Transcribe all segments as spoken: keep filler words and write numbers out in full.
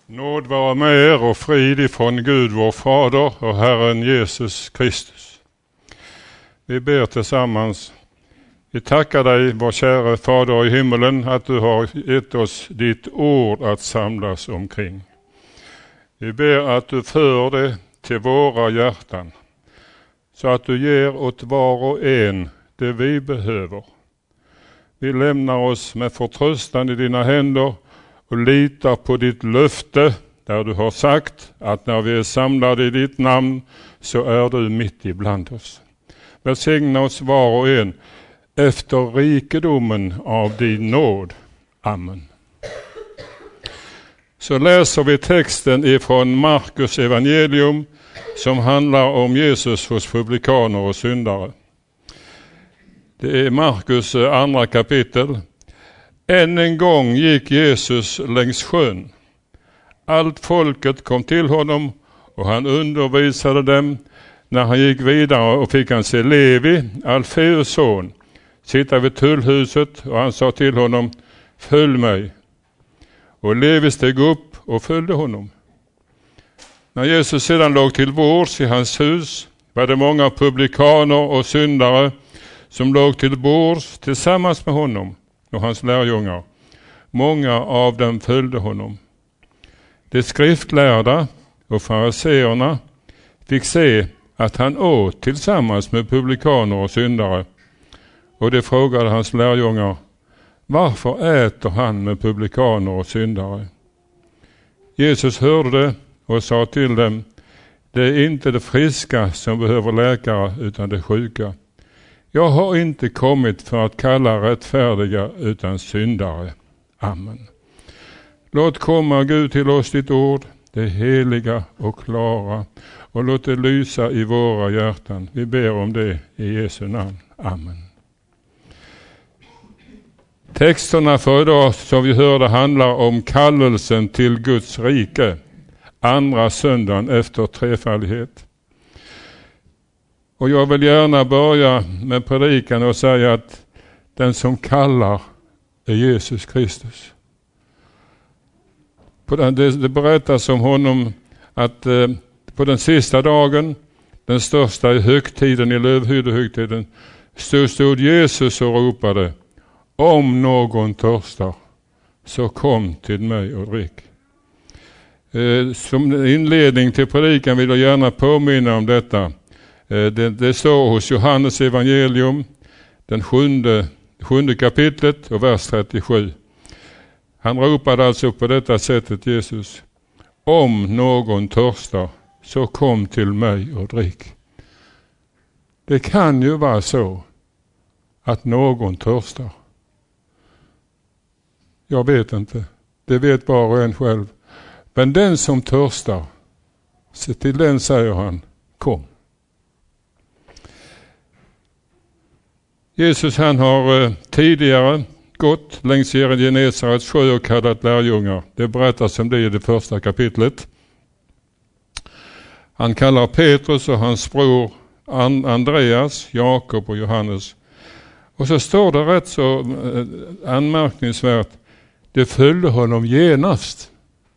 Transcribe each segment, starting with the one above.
Nåd vara med er och frid ifrån Gud vår Fader och Herren Jesus Kristus. Vi ber tillsammans. Vi tackar dig, vår kära Fader i himmelen, att du har gett oss ditt ord att samlas omkring. Vi ber att du för det till våra hjärtan, så att du ger åt var och en det vi behöver. Vi lämnar oss med förtröstan i dina händer och litar på ditt löfte, där du har sagt att när vi är samlade i ditt namn så är du mitt ibland oss. Välsigna oss var och en efter rikedomen av din nåd. Amen. Så läser vi texten ifrån Markus evangelium som handlar om Jesus hos publikaner och syndare. Det är Markus andra kapitel. Än en gång gick Jesus längs sjön. Allt folket kom till honom och han undervisade dem. När han gick vidare och fick han se Levi, Alfeus son, sitta vid tullhuset, och han sa till honom: följ mig. Och Levi steg upp och följde honom. När Jesus sedan låg till bords i hans hus var det många publikaner och syndare som låg till bords tillsammans med honom och hans lärjungar. Många av dem följde honom. De skriftlärda och fariseerna fick se att han åt tillsammans med publikaner och syndare. Och de frågade hans lärjungar: varför äter han med publikaner och syndare? Jesus hörde det och sa till dem: det är inte de friska som behöver läkare utan de sjuka. Jag har inte kommit för att kalla rättfärdiga utan syndare. Amen. Låt komma Gud till oss ditt ord, det heliga och klara, och låt det lysa i våra hjärtan. Vi ber om det i Jesu namn. Amen. Texterna för idag som vi hörde handlar om kallelsen till Guds rike, andra söndagen efter trefaldighet. Och jag vill gärna börja med predikan och säga att den som kallar är Jesus Kristus. På den, det, det berättas om honom att eh, på den sista dagen, den största i högtiden, i lövhyddehögtiden, stod, stod Jesus och ropade: om någon törstar, så kom till mig och drick. Eh, som inledning till predikan vill jag gärna påminna om detta. Det, det står hos Johannes evangelium, den sjunde, sjunde kapitlet och vers trettiosju. Han ropade alltså på detta sättet, Jesus: om någon törstar, så kom till mig och drick. Det kan ju vara så att någon törstar. Jag vet inte. Det vet bara och en själv. Men den som törstar, se till den, säger han, kom. Jesus han har eh, tidigare gått längs Genesarets sjö och kallat lärjungar. Det berättas om det i det första kapitlet. Han kallar Petrus och hans bror An- Andreas, Jakob och Johannes. Och så står det rätt så eh, anmärkningsvärt: det följde honom genast.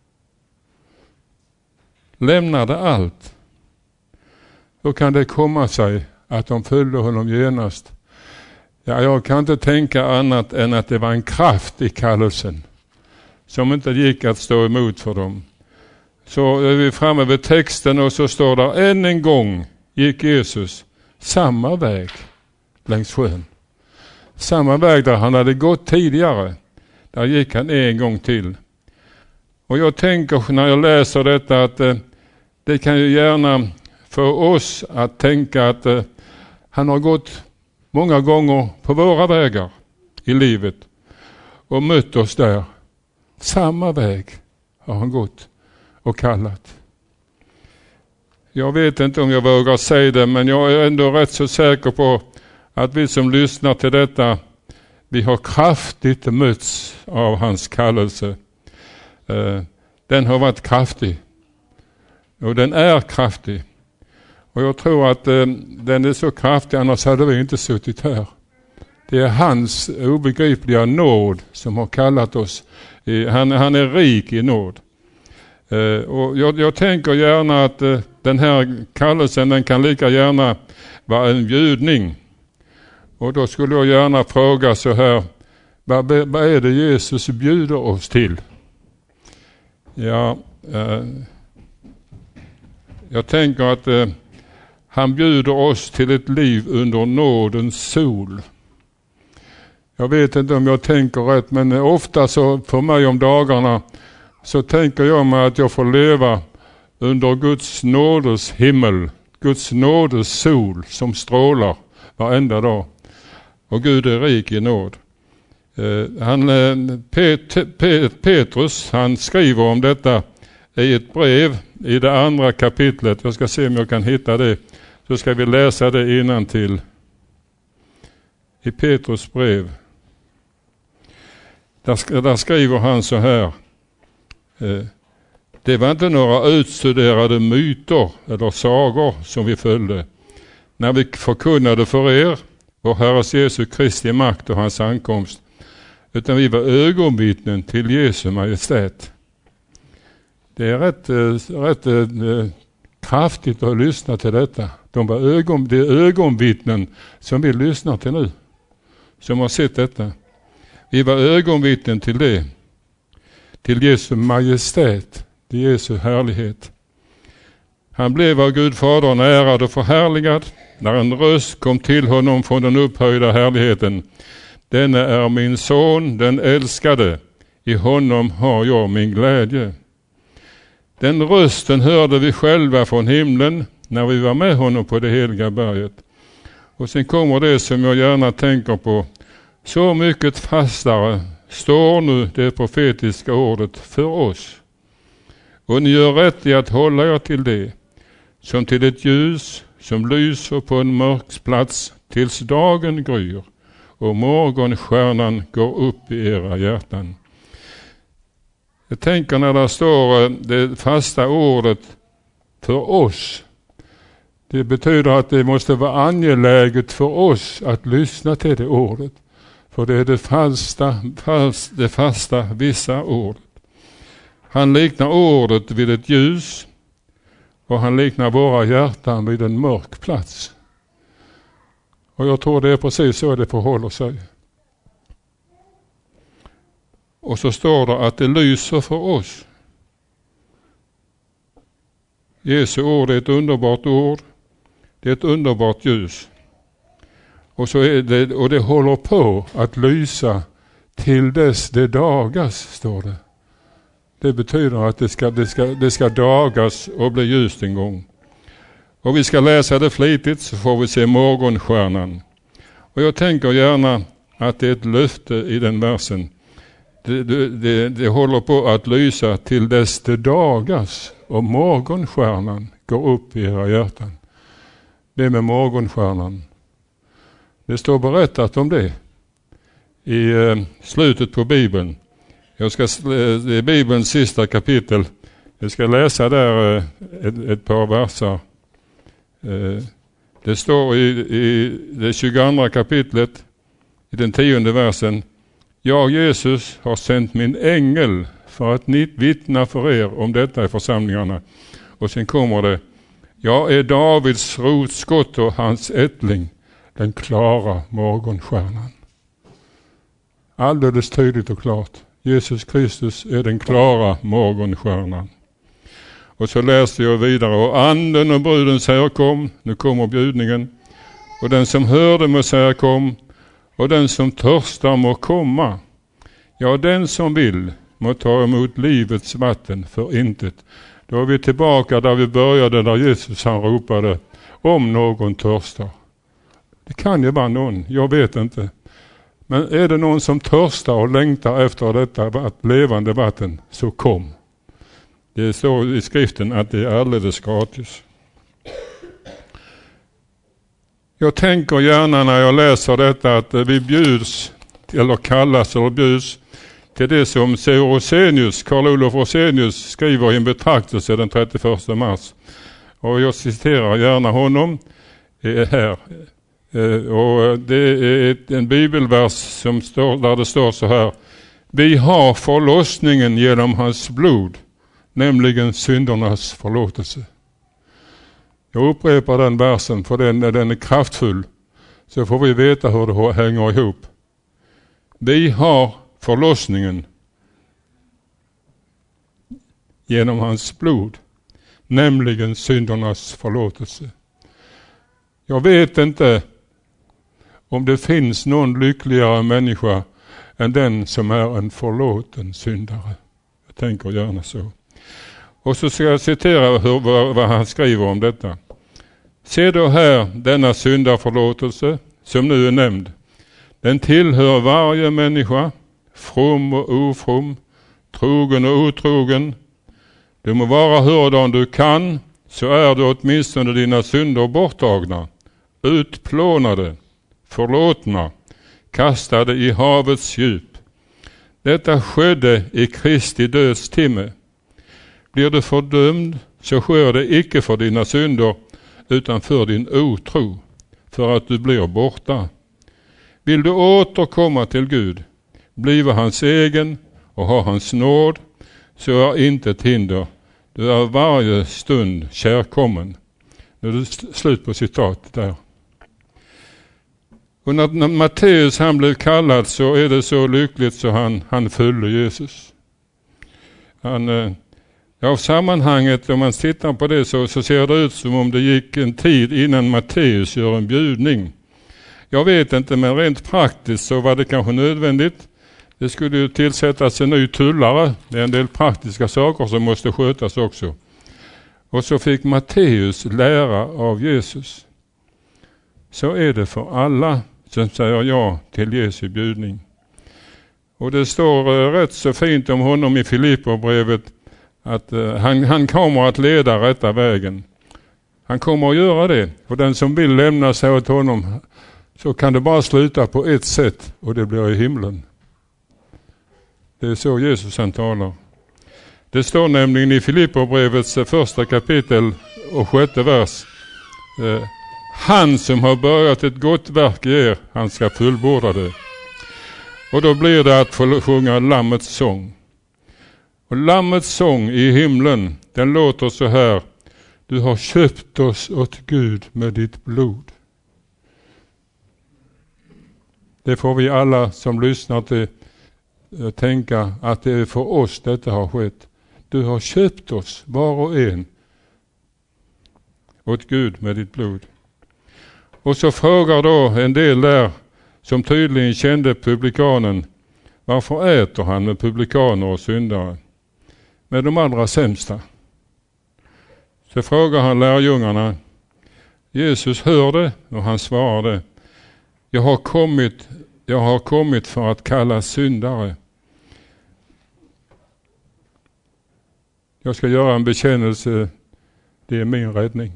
Lämnade allt. Hur kan det komma sig att de följde honom genast? Ja, jag kan inte tänka annat än att det var en kraft i kallelsen som inte gick att stå emot för dem. Så är vi framme vid texten och så står där: än en gång gick Jesus samma väg längs sjön. Samma väg där han hade gått tidigare. Där gick han en gång till. Och jag tänker när jag läser detta att eh, det kan ju gärna få oss att tänka att eh, han har gått många gånger på våra vägar i livet och mött oss där. Samma väg har han gått och kallat. Jag vet inte om jag vågar säga det, men jag är ändå rätt så säker på att vi som lyssnar till detta, vi har kraftigt mötts av hans kallelse. Den har varit kraftig. Och den är kraftig. Och jag tror att den är så kraftig, annars hade vi inte suttit här. Det är hans obegripliga nåd som har kallat oss. Han, han är rik i nåd. Eh, och jag, jag tänker gärna att eh, den här kallelsen, den kan lika gärna vara en bjudning. Och då skulle jag gärna fråga så här, vad, vad är det Jesus bjuder oss till? Ja, eh, jag tänker att eh, han bjuder oss till ett liv under nådens sol. Jag vet inte om jag tänker rätt, men ofta så för mig om dagarna så tänker jag mig att jag får leva under Guds nådes himmel, Guds nådes sol som strålar varenda dag. Och Gud är rik i nåd. Eh, han, eh, Pet, Pet, Petrus, han skriver om detta i ett brev i det andra kapitlet. Jag ska se om jag kan hitta det. Så ska vi läsa det innantill. I Petrus brev. Där, där skriver han så här. Eh, det var inte några utstuderade myter eller sagor som vi följde när vi förkunnade för er vår Herres Jesu Kristi makt och hans ankomst, utan vi var ögonvittnen till Jesu majestät. Det är rätt, rätt äh, kraftigt att lyssna till detta. De var ögon, det är ögonvittnen som vi lyssnar till nu, som har sett detta. Vi var ögonvittnen till det, till Jesu majestät, till Jesu härlighet. Han blev av Gud Fadern ärad och förhärligad när en röst kom till honom från den upphöjda härligheten. Denne är min son, den älskade. I honom har jag min glädje. Den rösten hörde vi själva från himlen när vi var med honom på det heliga berget. Och sen kommer det som jag gärna tänker på. Så mycket fastare står nu det profetiska ordet för oss. Och ni gör rätt i att hålla er till det, som till ett ljus som lyser på en mörk plats tills dagen gryr och morgonstjärnan går upp i era hjärtan. Jag tänker när det står det fasta ordet för oss. Det betyder att det måste vara angeläget för oss att lyssna till det ordet. För det är det fasta, fast, det fasta vissa ordet. Han liknar ordet vid ett ljus och han liknar våra hjärtan vid en mörk plats. Och jag tror det är precis så det förhåller sig. Och så står det att det lyser för oss. Jesu ord är ett underbart ord. Det är ett underbart ljus. Och, så är det, och det håller på att lysa till dess det dagas, står det. Det betyder att det ska, det ska, det ska dagas och bli ljust en gång. Och vi ska läsa det flitigt så får vi se morgonstjärnan. Och jag tänker gärna att det är ett löfte i den versen. Det, det, det, det håller på att lysa till dess det dagas och morgonstjärnan går upp i era hjärtan. Det är med morgonstjärnan. Det står berättat om det i eh, slutet på Bibeln. Jag ska, det är Bibelns sista kapitel. Jag ska läsa där eh, ett, ett par verser. Eh, det står i, i det tjugoandra kapitlet, i den tionde versen. Jag, Jesus, har sänt min ängel för att ni vittna för er om detta i församlingarna. Och sen kommer det. Jag är Davids rotskott och hans ättling, den klara morgonstjärnan. Alldeles tydligt och klart. Jesus Kristus är den klara morgonstjärnan. Och så läste jag vidare. Och anden och bruden säger kom. Nu kommer bjudningen. Och den som hörde må säga kom. Och den som törstar må komma. Ja, den som vill må ta emot livets vatten för intet. Då är vi tillbaka där vi började, där Jesus han ropade om någon törstar. Det kan ju vara någon, jag vet inte. Men är det någon som törstar och längtar efter detta levande vatten, så kom. Det står i skriften att det är alldeles gratis. Jag tänker gärna när jag läser detta att vi bjuds, eller kallas eller bjuds, till det som C. Rosenius, Karl Olof Rosenius skriver i en betraktelse den trettioförsta mars. Och jag citerar gärna honom här. Och det är en bibelvers som står, där det står så här. Vi har förlossningen genom hans blod nämligen syndernas förlåtelse. Jag upprepar den versen för den, den är kraftfull, så får vi veta hur det hänger ihop. Vi har förlossningen genom hans blod, nämligen syndernas förlåtelse. Jag vet inte om det finns någon lyckligare människa än den som är en förlåten syndare. Jag tänker gärna så. Och så ska jag citera hur, vad, vad han skriver om detta. Se då här denna syndarförlåtelse som nu är nämnd. Den tillhör varje människa, from och ofrom, trogen och otrogen. Du må vara hurdan du kan, så är du åtminstone dina synder borttagna, utplånade, förlåtna, kastade i havets djup. Detta skedde i Kristi döds timme. Blir du fördömd, så sker det icke för dina synder, utan för din otro, för att du blir borta. Vill du återkomma till Gud, bliva hans egen och ha hans nåd, så är inte ett hinder. Du är varje stund kärkommen. Nu är det slut på citatet där. Och när, när Matteus han blev kallad, så är det så lyckligt så han, han följde Jesus. Han, ja, av sammanhanget, om man tittar på det, så, så ser det ut som om det gick en tid innan Matteus gör en bjudning. Jag vet inte, men rent praktiskt så var det kanske nödvändigt. Det skulle ju tillsättas en ny tullare. Det är en del praktiska saker som måste skötas också. Och så fick Matteus lära av Jesus. Så är det för alla som säger ja till Jesu bjudning. Och det står uh, rätt så fint om honom i Filipperbrevet att uh, han, han kommer att leda rätta vägen. Han kommer att göra det. Och den som vill lämna sig åt honom, så kan det bara sluta på ett sätt, och det blir i himlen. Det är så Jesus han talar. Det står nämligen i Filipperbrevets första kapitel och sjätte vers. Eh, han som har börjat ett gott verk i er, han ska fullborda det. Och då blir det att få sjunga Lammets sång. Och Lammets sång i himlen, den låter så här. Du har köpt oss åt Gud med ditt blod. Det får vi alla som lyssnar till tänka att det är för oss detta har skett. Du har köpt oss var och en åt Gud med ditt blod. Och så frågar då en del där som tydligen kände publikanen, varför äter han med publikaner och syndare? Med de allra sämsta. Så frågar han lärjungarna. Jesus hör det och han svarade. Jag har kommit, jag har kommit för att kalla syndare. Jag ska göra en bekännelse. Det är min räddning.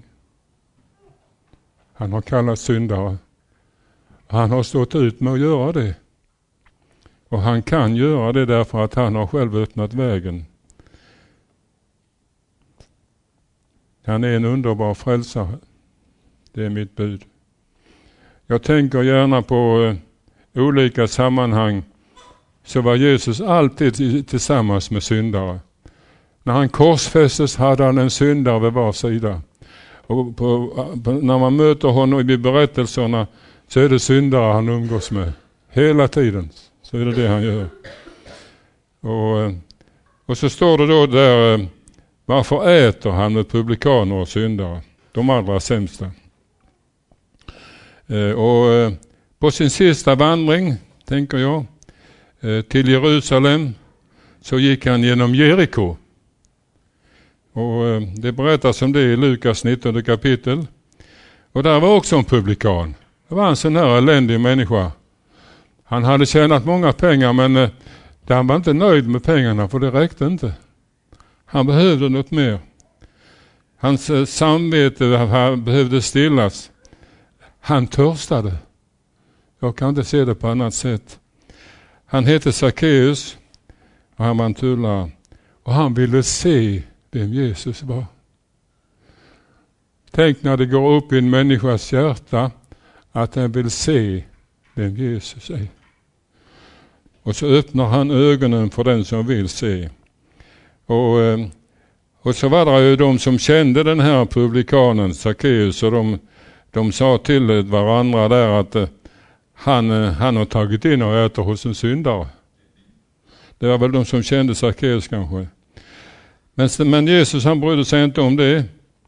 Han har kallat syndare. Han har stått ut med att göra det. Och han kan göra det därför att han har själv öppnat vägen. Han är en underbar frälsare. Det är mitt bud. Jag tänker gärna på eh, olika sammanhang så var Jesus alltid tillsammans med syndare. När han korsfästes hade han en syndare vid var sida. Och på, på, när man möter honom i berättelserna så är det syndare han umgås med. Hela tiden så är det det han gör. Och, och så står det då där, varför äter han med publikaner och syndare? De allra sämsta. Och på sin sista vandring, tänker jag, till Jerusalem så gick han genom Jeriko. Och det berättas om det i Lukas nittonde kapitel. Och där var också en publikan. Det var en sån här eländig människa. Han hade tjänat många pengar, men han var inte nöjd med pengarna, för det räckte inte. Han behövde något mer. Hans samvete behövde stillas. Han törstade. Jag kan inte se det på annat sätt. Han hette Zacchaeus och han var en tullare. Och han ville se vem Jesus var. Tänk när det går upp i en människas hjärta att han vill se vem Jesus är. Och så öppnar han ögonen för den som vill se. Och eh, Och så var det ju de som kände den här publikanen, Sackeus, och de, de sa till varandra där att eh, han, han har tagit in och äter hos en syndare. Det var väl de som kände Sackeus kanske. Men, men Jesus, han brydde sig inte om det.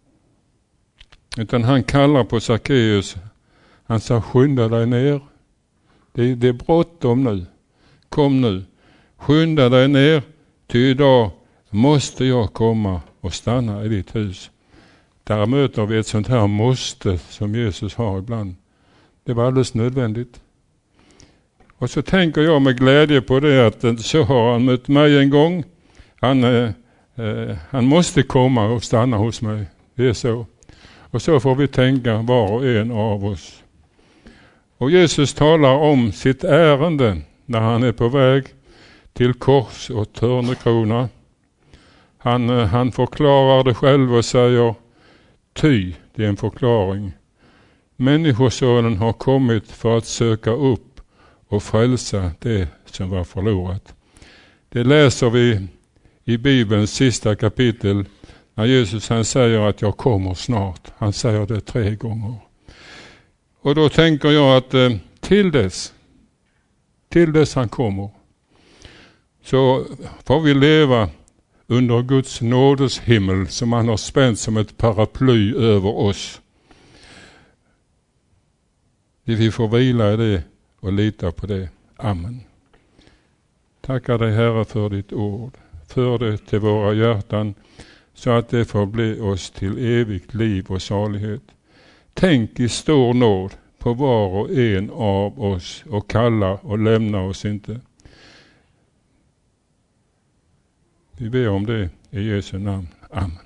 Utan han kallar på Sackeus. Han sa, skynda dig ner. Det, det är bråttom nu. Kom nu. Skynda dig ner. Ty idag måste jag komma och stanna i ditt hus. Där möter vi ett sånt här måste som Jesus har ibland. Det var alldeles nödvändigt. Och så tänker jag med glädje på det att så har han mött mig en gång. Han, eh, han måste komma och stanna hos mig. Det är så. Och så får vi tänka var och en av oss. Och Jesus talar om sitt ärende när han är på väg till kors och törnekrona. Han, han förklarar det själv och säger, ty, det är en förklaring. Människosonen har kommit för att söka upp och frälsa det som var förlorat. Det läser vi i Bibelns sista kapitel när Jesus han säger att jag kommer snart. Han säger det tre gånger. Och då tänker jag att eh, till dess, till dess han kommer, så får vi leva under Guds nådes himmel som han har spänt som ett paraply över oss. Vi får vila i det och lita på det. Amen. Tackar dig Herre för ditt ord. För det till våra hjärtan så att det får bli oss till evigt liv och salighet. Tänk i stor nåd på var och en av oss och kalla och lämna oss inte. Vi ber om det i Jesu namn. Amen.